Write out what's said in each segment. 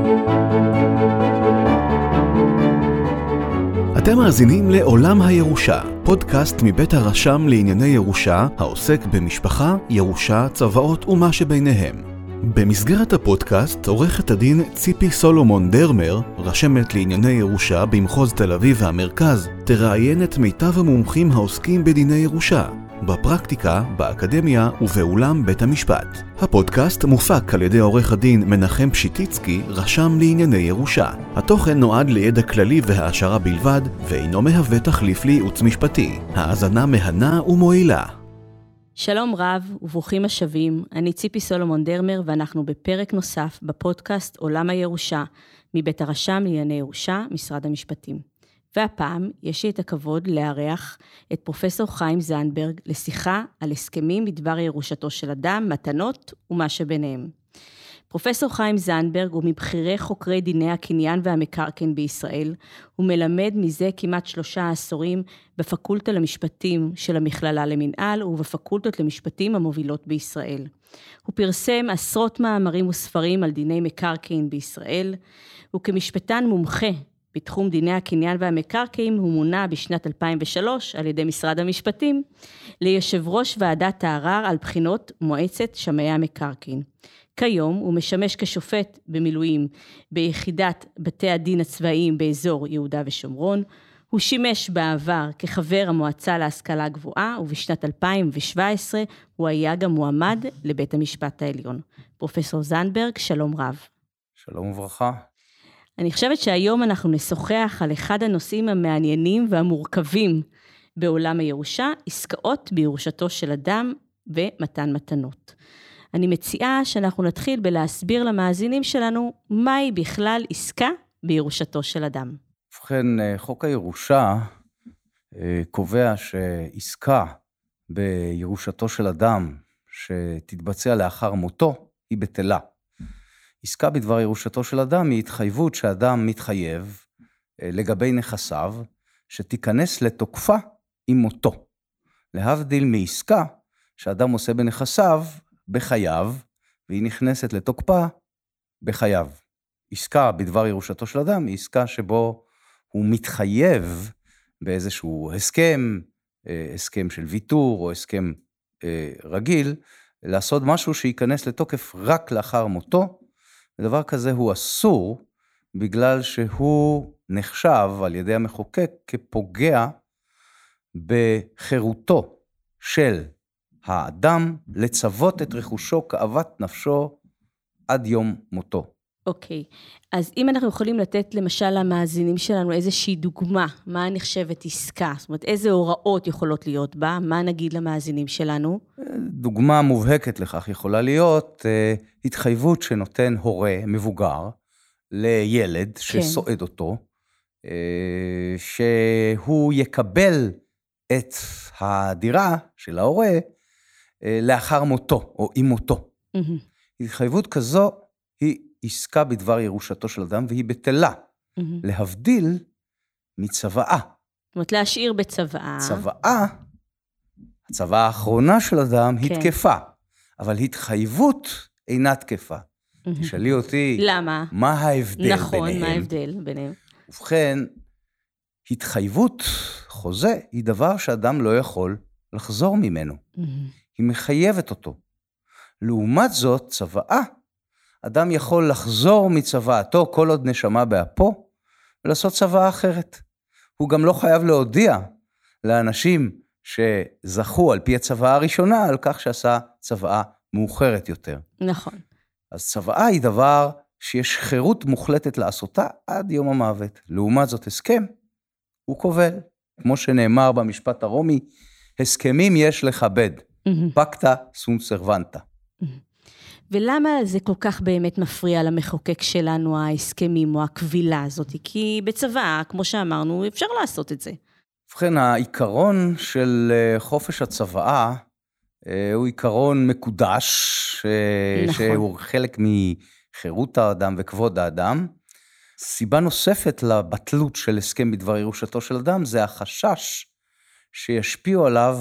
אתם מאזינים לעולם הירושה, פודקאסט מבית הרשם לענייני ירושה, העוסק במשפחה, ירושה, צוואות ומה שביניהם. במסגרת הפודקאסט, עורכת הדין ציפי סולומון דרמר, רשמת לענייני ירושה במחוז תל אביב והמרכז, תראיין את מיטב המומחים העוסקים בדיני ירושה, בפרקטיקה, באקדמיה ובאולם בית המשפט. הפודקאסט מופק על ידי עורך הדין מנחם פשיטיצקי, רשם לענייני ירושה. התוכן נועד לידע כללי והעשרה בלבד, ואינו מהווה תחליף לייעוץ משפטי. האזנה מהנה ומועילה. שלום רב וברוכים השבים, אני ציפי סולומון דרמר ואנחנו בפרק נוסף בפודקאסט עולם הירושה, מבית הרשם לענייני ירושה, משרד המשפטים. והפעם יש לי את הכבוד לארח את פרופסור חיים זנדברג לשיחה על הסכמים בדבר ירושתו של אדם, מתנות ומה שביניהם. פרופסור חיים זנדברג הוא מבחירי חוקרי דיני הקניין והמקרקעין בישראל, הוא מלמד מזה כמעט 3 עשורים בפקולטה למשפטים של המכללה למנהל ובפקולטות למשפטים המובילות בישראל. הוא פרסם עשרות מאמרים וספרים על דיני מקרקעין בישראל, וכמשפטן מומחה בתחום דיני הקניין והמקרקעין הוא מונה בשנת 2003 על ידי משרד המשפטים ליושב ראש ועדת הערר על בחינות מועצת שמאי המקרקעין. כיום הוא משמש כשופט במילואים ביחידת בתי הדין הצבאיים באזור יהודה ושומרון. הוא שימש בעבר כחבר המועצה להשכלה גבוהה, ובשנת 2017 הוא היה גם מועמד לבית המשפט העליון. פרופסור זנדברג, שלום רב. שלום וברכה. אני חושבת שהיום אנחנו נשוחח על אחד הנושאים המעניינים והמורכבים בעולם הירושה, עסקאות בירושתו של אדם ומתן מתנות. אני מציעה שאנחנו נתחיל בלהסביר למאזינים שלנו מהי בכלל עסקה בירושתו של אדם. ובכן, חוק הירושה קובע שעסקה בירושתו של אדם שתתבצע לאחר מותו היא בטלה. עסקה בדבר ירושתו של אדם היא התחייבות שאדם מתחייב לגבי נכסיו שתיכנס לתוקפה עם מותו. להבדיל מעסקה שאדם עושה בנכסיו בחייו, והיא נכנסת לתוקפה בחייו. עסקה בדבר ירושתו של אדם היא עסקה שבו הוא מתחייב באיזשהו הסכם של ויתור או הסכם רגיל, לעשות משהו שייכנס לתוקף רק לאחר מותו. ודבר כזה הוא אסור בגלל שהוא נחשב על ידי המחוקק כפוגע בחירותו של האדם לצוות את רכושו כאוות נפשו עד יום מותו. אוקיי, אז אם אנחנו יכולים לתת למשל למאזינים שלנו איזושהי דוגמה, מה נחשבת עסקה? זאת אומרת, איזה הוראות יכולות להיות בה? מה נגיד למאזינים שלנו? דוגמה מובהקת לכך יכולה להיות התחייבות שנותן הורה מבוגר לילד שסועד אותו, שהוא יקבל את הדירה של ההורה לאחר מותו או עם מותו. התחייבות כזו היא עסקה בדבר ירושתו של אדם והיא בטלה, להבדיל מצוואה. זאת אומרת, להשאיר בצוואה. הצוואה האחרונה של אדם היא תקפה, אבל התחייבות אינה תקפה. תשאלי אותי, למה? מה ההבדל ביניהם? נכון, מה ההבדל ביניהם? ובכן, התחייבות חוזה היא דבר שאדם לא יכול לחזור ממנו. היא מחייבת אותו. לעומת זאת, צוואה, אדם יכול לחזור מצוואתו כל עוד נשמה באפו, ולעשות צוואה אחרת. הוא גם לא חייב להודיע לאנשים שזכו על פי הצוואה הראשונה, על כך שעשה צוואה מאוחרת יותר. נכון. אז צוואה היא דבר שיש חירות מוחלטת לעשותה עד יום המוות. לעומת זאת הסכם, הוא כובל. כמו שנאמר במשפט הרומי, הסכמים יש לכבד. פקטה סונט סרוונטה. ולמה זה כל כך באמת מפריע למחוקק שלנו, ההסכמים או הכבילה הזאת? כי בצבא, כמו שאמרנו, אפשר לעשות את זה. ובכן, העיקרון של חופש הצוואה, הוא עיקרון מקודש, נכון. שהוא חלק מחירות האדם וכבוד האדם. סיבה נוספת לבטלות של הסכם בדבר ירושתו של אדם, זה החשש שישפיעו עליו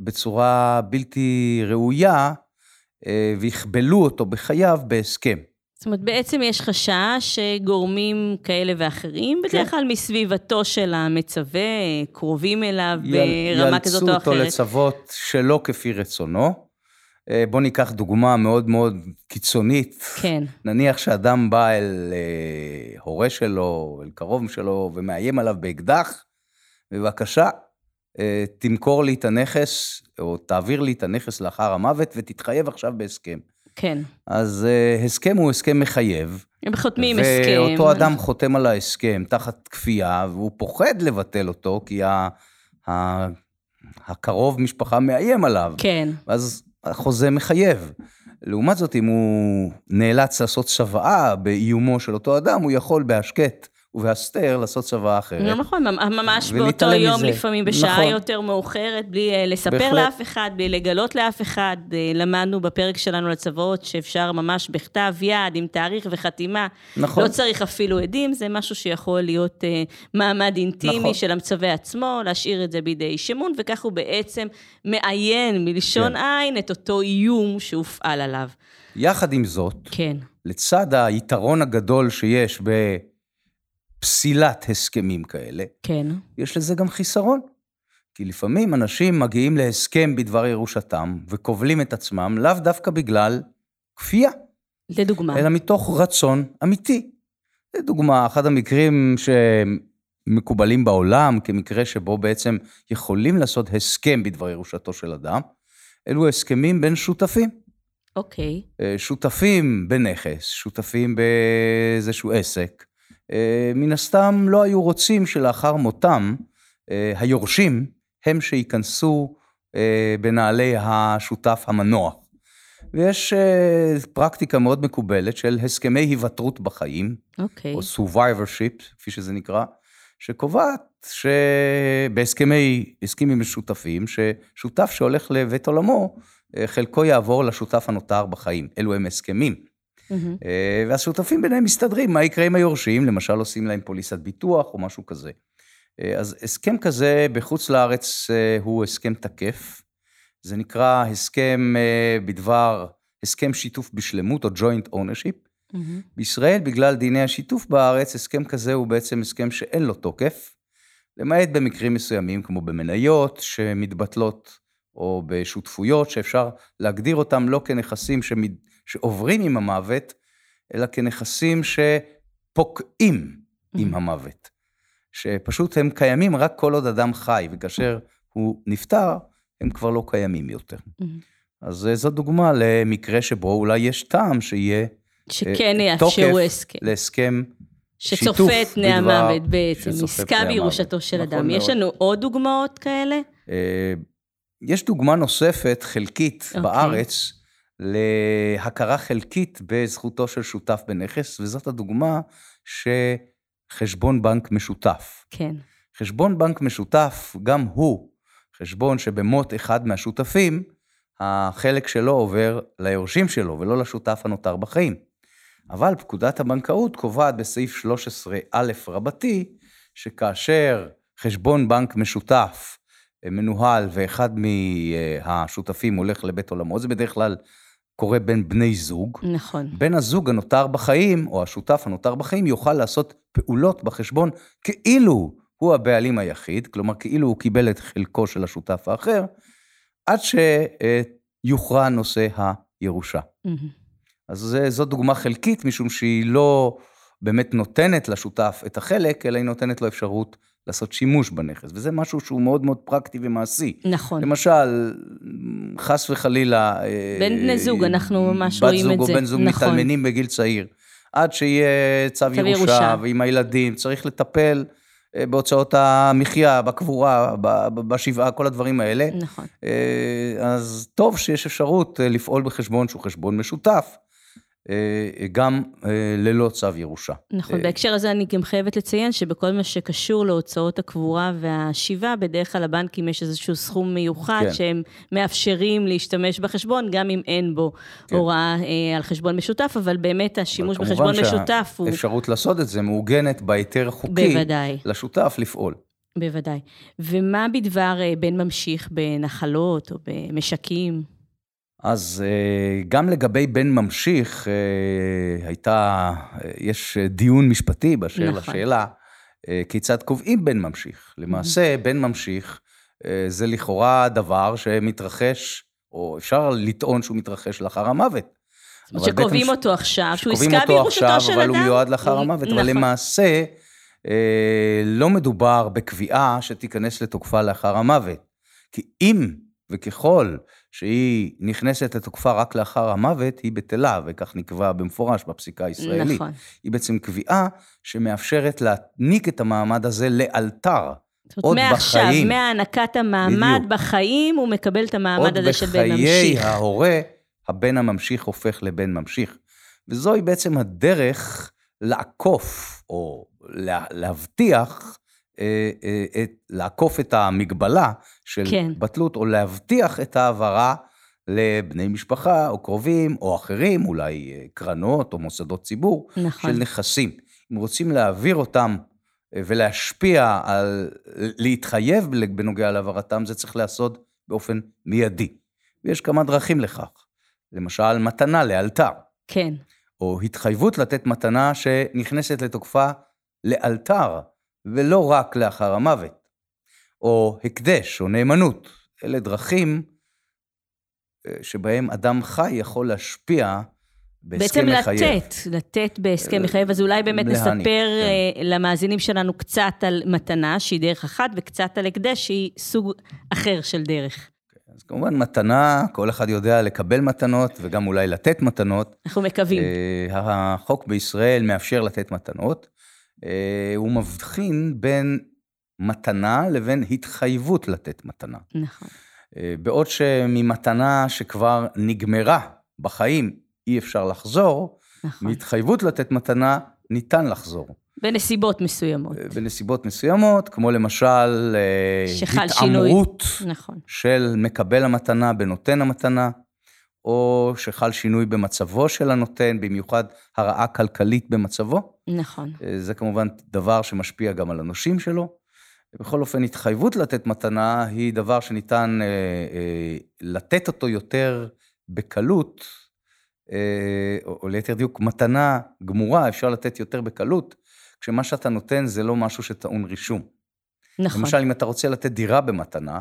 בצורה בלתי ראויה, ויכבלו אותו בחייו בהסכם. זאת אומרת, בעצם יש חשש שגורמים כאלה ואחרים, בדרך כלל מסביבתו של המצווה, קרובים אליו ברמה כזאת או אחרת. יאלצו אותו לצוות שלא כפי רצונו. בוא ניקח דוגמה מאוד מאוד קיצונית. כן. נניח שאדם בא אל הורה שלו, אל קרוב שלו, ומאיים עליו באקדח, בבקשה, תמכור לי את הנכס, או תעביר לי את הנכס לאחר המוות, ותתחייב עכשיו בהסכם. כן. אז הסכם הוא הסכם מחייב. הם חותמים הסכם. ואותו אדם חותם על ההסכם תחת כפייה, והוא פוחד לבטל אותו, כי הקרוב משפחה מאיים עליו. כן. אז החוזה מחייב. לעומת זאת, אם הוא נאלץ לעשות צוואה באיומו של אותו אדם, הוא יכול בהשקט ובהסתר לעשות צוואה אחרת. נכון, ממש באותו יום, לפעמים בשעה יותר מאוחרת, בלי לספר לאף אחד, בלי לגלות לאף אחד. למדנו בפרק שלנו לצוואות, שאפשר ממש בכתב יד, עם תאריך וחתימה. נכון. לא צריך אפילו עדים, זה משהו שיכול להיות מעמד אינטימי של המצווה עצמו, להשאיר את זה בידי שמון, וכך הוא בעצם מעיין מלשון עין את אותו איום שהופעל עליו. יחד עם זאת, לצד היתרון הגדול שיש פסילת הסכמים כאלה, כן. יש לזה גם חיסרון. כי לפעמים אנשים מגיעים להסכם בדבר ירושתם, וכובלים את עצמם, לאו דווקא בגלל כפייה. לדוגמה. אלא מתוך רצון אמיתי. לדוגמה, אחד המקרים שמקובלים בעולם, כמקרה שבו בעצם יכולים לעשות הסכם בדבר ירושתו של אדם, אלו הסכמים בין שותפים. אוקיי. שותפים בנכס, שותפים באיזשהו עסק, מן הסתם לא היו רוצים שלאחר מותם, היורשים הם שיכנסו בנעלי השותף המנוח. ויש פרקטיקה מאוד מקובלת של הסכמי היוותרות בחיים, או survivorship, כפי שזה נקרא, שקובעת בהסכמים משותפים, ששותף שהולך לבית עולמו, חלקו יעבור לשותף הנותר בחיים. אלו הם הסכמים. והשותפים ביניהם מסתדרים, מה יקרה עם היורשים, למשל עושים להם פוליסת ביטוח או משהו כזה. אז הסכם כזה בחוץ לארץ הוא הסכם תקף, זה נקרא הסכם שיתוף בשלמות או joint ownership. בישראל, בגלל דיני השיתוף בארץ, הסכם כזה הוא בעצם הסכם שאין לו תוקף, למעט במקרים מסוימים כמו במניות שמתבטלות, או בשותפויות שאפשר להגדיר אותם לא כנכסים שעוברים עם המוות, אלא כנכסים שפוקעים עם המוות. שפשוט הם קיימים רק כל עוד אדם חי, וכאשר הוא נפטר, הם כבר לא קיימים יותר. אז זו דוגמה למקרה שבו אולי יש טעם שיהיה שכן יאפשרו הסכם. להסכם שיתוף. שצופה את פני המוות בעצם, עסקה בירושתו של אדם. יש לנו עוד דוגמאות כאלה? יש דוגמה נוספת, חלקית, בארץ, להכרה חלקית בזכותו של שותף בנכס, וזאת הדוגמה שחשבון בנק משותף. כן. חשבון בנק משותף, גם הוא חשבון שבמות אחד מהשותפים, החלק שלו עובר ליורשים שלו, ולא לשותף הנותר בחיים. אבל פקודת הבנקאות קובעת בסעיף 13א רבתי, שכאשר חשבון בנק משותף מנוהל, ואחד מהשותפים הולך לבית עולמו, זה בדרך כלל קורה בין בני זוג. נכון. בן הזוג הנותר בחיים, או השותף הנותר בחיים, יוכל לעשות פעולות בחשבון, כאילו הוא הבעלים היחיד, כלומר כאילו הוא קיבל את חלקו של השותף האחר, עד שיוכרע נושא הירושה. אז זו דוגמה חלקית, משום שהיא לא באמת נותנת לשותף את החלק, אלא היא נותנת לו אפשרות לעשות שימוש בנכס, וזה משהו שהוא מאוד מאוד פרקטי ומעשי. נכון. למשל, חס וחלילה, בין בני זוג, אנחנו ממש רואים את זה. בת זוג או בן זוג מתאלמנים בגיל צעיר, עד שיהיה צו ירושה, ועם הילדים, צריך לטפל בהוצאות המחיה, בקבורה, בשבעה, כל הדברים האלה. נכון. אז טוב שיש אפשרות לפעול בחשבון שהוא חשבון משותף, גם ללא צו ירושה. נכון, בהקשר הזה אני גם חייבת לציין שבכל מה שקשור להוצאות הקבורה והשיבה, בדרך כלל לבנקים יש איזשהו סכום מיוחד שהם מאפשרים להשתמש בחשבון, גם אם אין בו הוראה על חשבון משותף, אבל באמת השימוש בחשבון משותף הוא... אפשרות לעשות את זה מעוגנת בהיתר חוקי לשותף לפעול. בוודאי. ומה בדבר בן ממשיך בנחלות או במשקים? אז גם לגבי בן ממשיך, יש דיון משפטי באשר לשאלה, כיצד קובעים בן ממשיך. למעשה, בן ממשיך זה לכאורה דבר שמתרחש, או אפשר לטעון שהוא מתרחש לאחר המוות. שקובעים אותו עכשיו, שהוא עסקה בירושתו של אדם. אבל הוא מיועד לאחר המוות, אבל למעשה לא מדובר בקביעה שתיכנס לתוקפה לאחר המוות. כי אם וככל שהיא נכנסת לתוקפה רק לאחר המוות, היא בטלה, וכך נקבע במפורש בפסיקה הישראלית. נכון. היא בעצם קביעה שמאפשרת להעניק את המעמד הזה לאלתר, עוד מעכשיו, בחיים. מהענקת המעמד בדיוק. בחיים, הוא מקבל את המעמד הזה של בן ממשיך. עוד בחיי ההורה, הבן הממשיך הופך לבן ממשיך. וזוהי בעצם הדרך לעקוף, או להבטיח, לעקוף את המגבלה של בטלות, או להבטיח את העברה לבני משפחה, או קרובים, או אחרים, אולי קרנות, או מוסדות ציבור, נכון. של נכסים. אם רוצים להעביר אותם, ולהשפיע להתחייב בנוגע להעברתם, זה צריך לעשות באופן מיידי. ויש כמה דרכים לכך. למשל, מתנה לאלתר. כן. או התחייבות לתת מתנה שנכנסת לתוקפה לאלתר, ולא רק לאחר המוות. או הקדש, או נאמנות. אלה דרכים שבהם אדם חי יכול להשפיע בעצם לתת בהסכם מחייב, אז אולי באמת נספר למאזינים שלנו קצת על מתנה, שהיא דרך אחת, וקצת על הקדש, שהיא סוג אחר של דרך. אז כמובן מתנה, כל אחד יודע לקבל מתנות, וגם אולי לתת מתנות. אנחנו מקווים. החוק בישראל מאפשר לתת מתנות, הוא מבחין בין מתנה לבין התחייבות לתת מתנה. נכון. בעוד שממתנה שכבר נגמרה בחיים, אי אפשר לחזור, נכון. מהתחייבות לתת מתנה ניתן לחזור. בנסיבות מסוימות. בנסיבות מסוימות, כמו למשל התעמרות נכון. של מקבל המתנה בנותן המתנה, או שחל שינוי במצבו של הנותן, במיוחד הרעה כלכלית במצבו. נכון. זה כמובן דבר שמשפיע גם על הנושים שלו. בכל אופן, התחייבות לתת מתנה היא דבר שניתן לתת אותו יותר בקלות, או ליתר דיוק, מתנה גמורה, אפשר לתת יותר בקלות, כשמה שאתה נותן זה לא משהו שטעון רישום. נכון. למשל, אם אתה רוצה לתת דירה במתנה,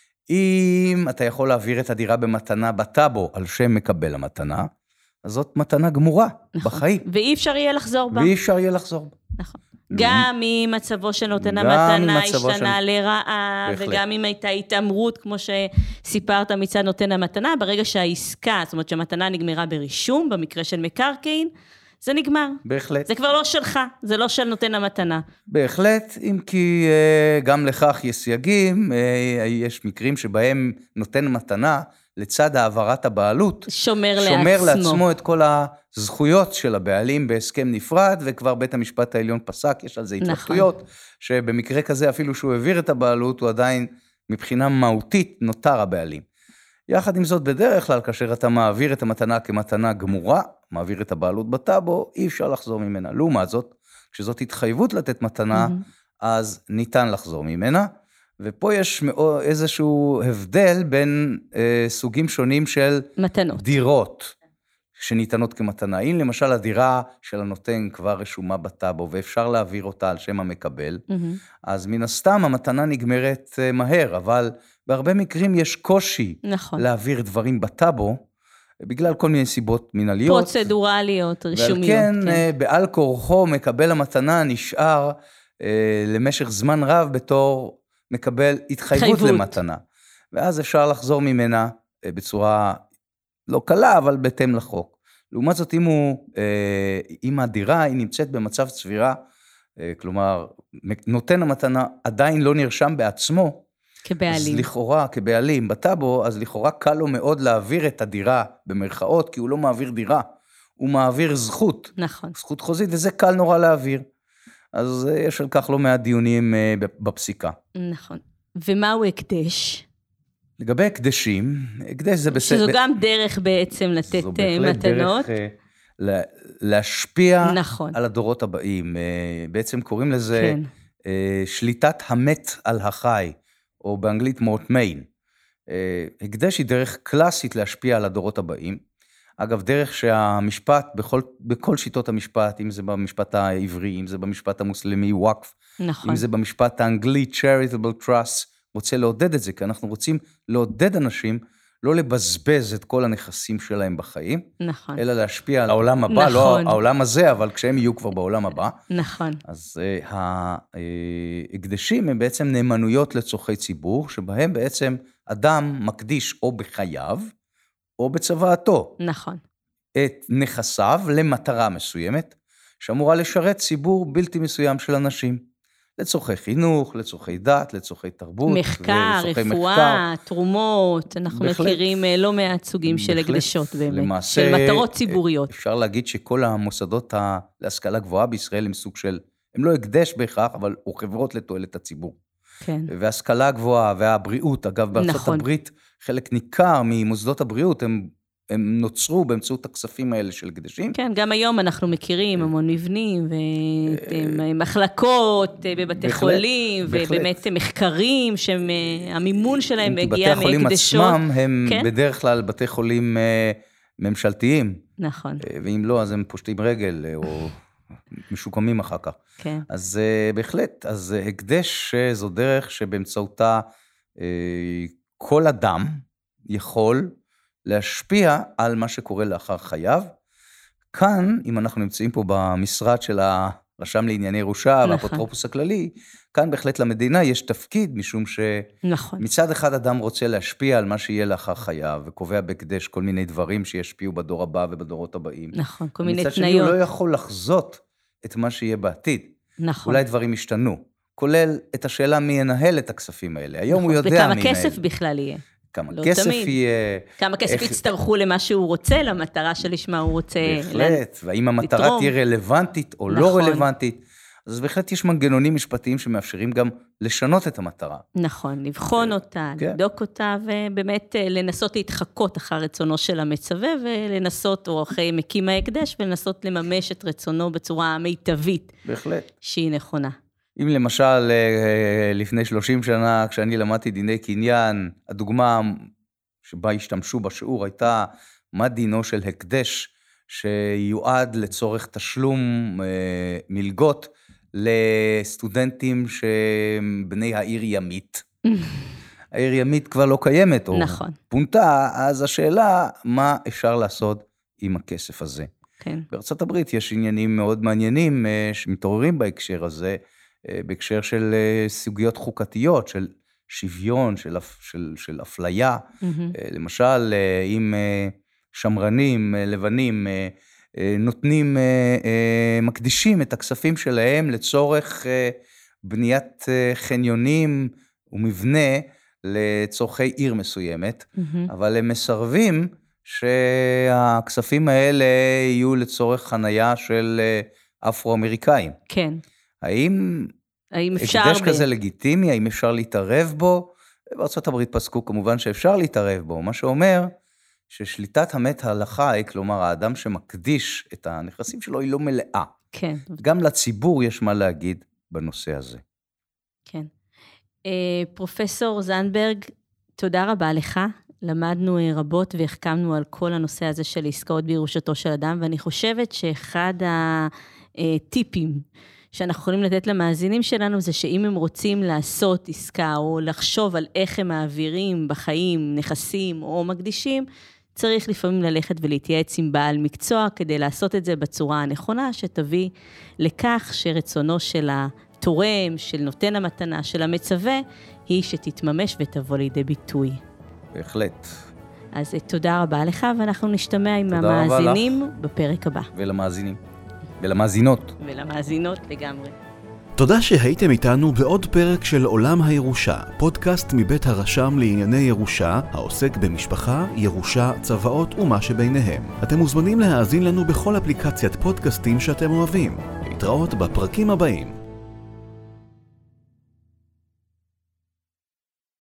אם אתה יכול להעביר את הדירה במתנה בטאבו על שם מקבל המתנה, אז זאת מתנה גמורה נכון. בחיים. ואי אפשר יהיה לחזור בה. ואי אפשר יהיה לחזור בה. נכון. גם אם מצבו של נותן המתנה השתנה לרעה, וגם אם הייתה התאמרות, כמו שסיפרת מצד נותן המתנה, ברגע שהעסקה, זאת אומרת שהמתנה נגמרה ברישום, במקרה של מקרקעין, זה נגמר. בהחלט. זה כבר לא שלך, זה לא של נותן המתנה. בהחלט, אם כי גם לכך יש סייגים, יש מקרים שבהם נותן מתנה, לצד העברת הבעלות, שומר לעצמו את כל הזכויות של הבעלים בהסכם נפרד, וכבר בית המשפט העליון פסק, יש על זה התלבטויות, נכון. שבמקרה כזה אפילו שהוא העביר את הבעלות, הוא עדיין מבחינה מהותית נותר הבעלים. יחד עם זאת, בדרך כלל, כאשר אתה מעביר את המתנה כמתנה גמורה, מעביר את הבעלות בטאבו, אי אפשר לחזור ממנה. לעומת זאת, כשזאת התחייבות לתת מתנה, אז ניתן לחזור ממנה, ופה יש איזשהו הבדל בין סוגים שונים של מתנות. דירות שניתנות כמתנה. אם למשל הדירה של הנותן כבר רשומה בטאבו, ואפשר להעביר אותה על שם המקבל, אז מן הסתם המתנה נגמרת מהר, אבל בהרבה מקרים יש קושי נכון. להעביר דברים בטאבו, בגלל כל מיני סיבות מנהליות. פרוצדורליות, רשומיות. ועל כן, בעל כורחו מקבל המתנה נשאר למשך זמן רב בתור מקבל התחייבות למתנה. ואז אפשר לחזור ממנה בצורה לא קלה, אבל בהתאם לחוק. לעומת זאת, אם הדירה היא נמצאת במצב צבירה, כלומר, נותן המתנה עדיין לא נרשם בעצמו, כבעלים. אז לכאורה, כבעלים בטאבו, אז לכאורה קל לו מאוד להעביר את הדירה במרכאות, כי הוא לא מעביר דירה, הוא מעביר זכות. נכון. זכות חוזית, וזה קל נורא להעביר. אז יש על כך לא מעט דיונים בפסיקה. נכון. ומהו הקדש? לגבי הקדשים, הקדש זה בסדר. שזו גם דרך בעצם לתת מתנות. זו בהחלט דרך להשפיע נכון. על הדורות הבאים. בעצם קוראים לזה כן. שליטת המת על החי, או באנגלית מורטמיין. הקדש היא דרך קלאסית להשפיע על הדורות הבאים. אגב, דרך שהמשפט, בכל שיטות המשפט, אם זה במשפט העברי, אם זה במשפט המוסלמי, וואקף, נכון. אם זה במשפט האנגלי, charitable trust, רוצה לעודד את זה, כי אנחנו רוצים לעודד אנשים, לא לבזבז את כל הנכסים שלהם בחיים, נכון. אלא להשפיע על העולם הבא, נכון. לא העולם הזה, אבל כשהם יהיו כבר בעולם הבא. נכון. אז ההקדשים הם בעצם נאמנויות לצורכי ציבור, שבהם בעצם אדם מקדיש או בחייו, או בצוואתו. נכון. את נכסיו למטרה מסוימת, שאמורה לשרת ציבור בלתי מסוים של אנשים. לצורכי חינוך, לצורכי דת, לצורכי תרבות. מחקר, רפואה, תרומות, אנחנו מכירים לא מעט סוגים של הקדשות באמת, למעשה, של מטרות ציבוריות. אפשר להגיד שכל המוסדות להשכלה גבוהה בישראל הם סוג של, הם לא הקדש בהכרח, אבל הוא חברות לתועלת הציבור. כן. וההשכלה הגבוהה והבריאות, אגב, בארצות הברית, חלק ניכר ממוסדות הבריאות, הם נוצרו באמצעות הכספים האלה של הקדשים. כן, גם היום אנחנו מכירים המון מבנים, ומחלקות בבתי חולים, ובאמת מחקרים, שהמימון שלהם מגיע מהקדשות. בתי החולים עצמם הם בדרך כלל בתי חולים ממשלתיים. נכון. ואם לא, אז הם פושטים רגל, או משוקמים אחר כך. כן. אז בהחלט, אז הקדש זו דרך שבאמצעותה כל אדם יכול להשפיע על מה שקורה לאחר חייו. כאן, אם אנחנו נמצאים פה במשרד של הרשם לענייני ירושה, והאפוטרופוס הכללי, כאן בהחלט למדינה יש תפקיד, משום שמצד אחד אדם רוצה להשפיע על מה שיהיה לאחר חייו, וקובע בהקדש כל מיני דברים שישפיעו בדור הבא ובדורות הבאים. נכון, כל מיני תניות. מצד שני הוא לא יכול לחזות את מה שיהיה בעתיד. נכון. אולי דברים ישתנו, כולל את השאלה מי ינהל את הכספים האלה. היום הוא יודע מי ינהל. וכמה כסף בכלל יהיה. כמה כסף יהיה. כמה כסף יצטרכו למה שהוא רוצה, למטרה שלשמה הוא רוצה. בהחלט, והאם המטרה תהיה רלוונטית או לא רלוונטית. אז בהחלט יש מנגנונים משפטיים שמאפשרים גם לשנות את המטרה. נכון, לבחון אותה, לבדוק אותה, ובאמת לנסות להתחקות אחר רצונו של המצווה, ולנסות, או אחרי מקים ההקדש, ולנסות לממש את רצונו בצורה מיטבית. בהחלט. שהיא נכונה. אם למשל, לפני 30 שנה, כשאני למדתי דיני קניין, הדוגמה שבה השתמשו בשיעור הייתה, מה דינו של הקדש, שיועד לצורך תשלום מלגות, לסטודנטים שבני העיר ימית. העיר ימית כבר לא קיימת, או פונתה, אז השאלה, מה אפשר לעשות עם הכסף הזה? כן. בארצות הברית יש עניינים מאוד מעניינים, שמתעוררים בהקשר הזה, בהקשר של סוגיות חוקתיות, של שוויון, של אפליה. למשל, אם שמרנים, לבנים, נותנים, מקדישים את הכספים שלהם לצורך בניית חניונים ומבנה לצורכי עיר מסוימת, אבל הם מסרבים שהכספים האלה יהיו לצורך חנייה של אפרו-אמריקאים. כן. האם אפשר הקדש כזה לגיטימי? האם אפשר להתערב בו? בארצות הברית פסקו כמובן שאפשר להתערב בו, מה שאומר ששליטת המת ההלכה, כלומר האדם שמקדיש את הנכסים שלו, היא לא מלאה. כן. גם לציבור יש מה להגיד בנושא הזה. כן. פרופסור זנדברג, תודה רבה לך. למדנו רבות והחכמנו על כל הנושא הזה של עסקאות בירושתו של אדם, ואני חושבת שאחד הטיפים שאנחנו יכולים לתת למאזינים שלנו, זה שאם הם רוצים לעשות עסקה, או לחשוב על איך הם מעבירים בחיים נכסים או מקדישים, צריך לפעמים ללכת ולהתייעץ עם בעל מקצוע, כדי לעשות את זה בצורה הנכונה, שתביא לכך שרצונו של התורם, של נותן המתנה, של המצווה, היא שתתממש ותבוא לידי ביטוי. בהחלט. אז תודה רבה לך, ואנחנו נשתמע עם המאזינים בפרק הבא. ולמאזינים. ולמאזינות. ולמאזינות לגמרי. תודה שהייתם איתנו בעוד פרק של עולם הירושה, פודקאסט מבית הרשם לענייני ירושה, העוסק במשפחה, ירושה, צוואות ומה שביניהם. אתם מוזמנים להאזין לנו בכל אפליקציית פודקאסטים שאתם אוהבים. להתראות בפרקים הבאים.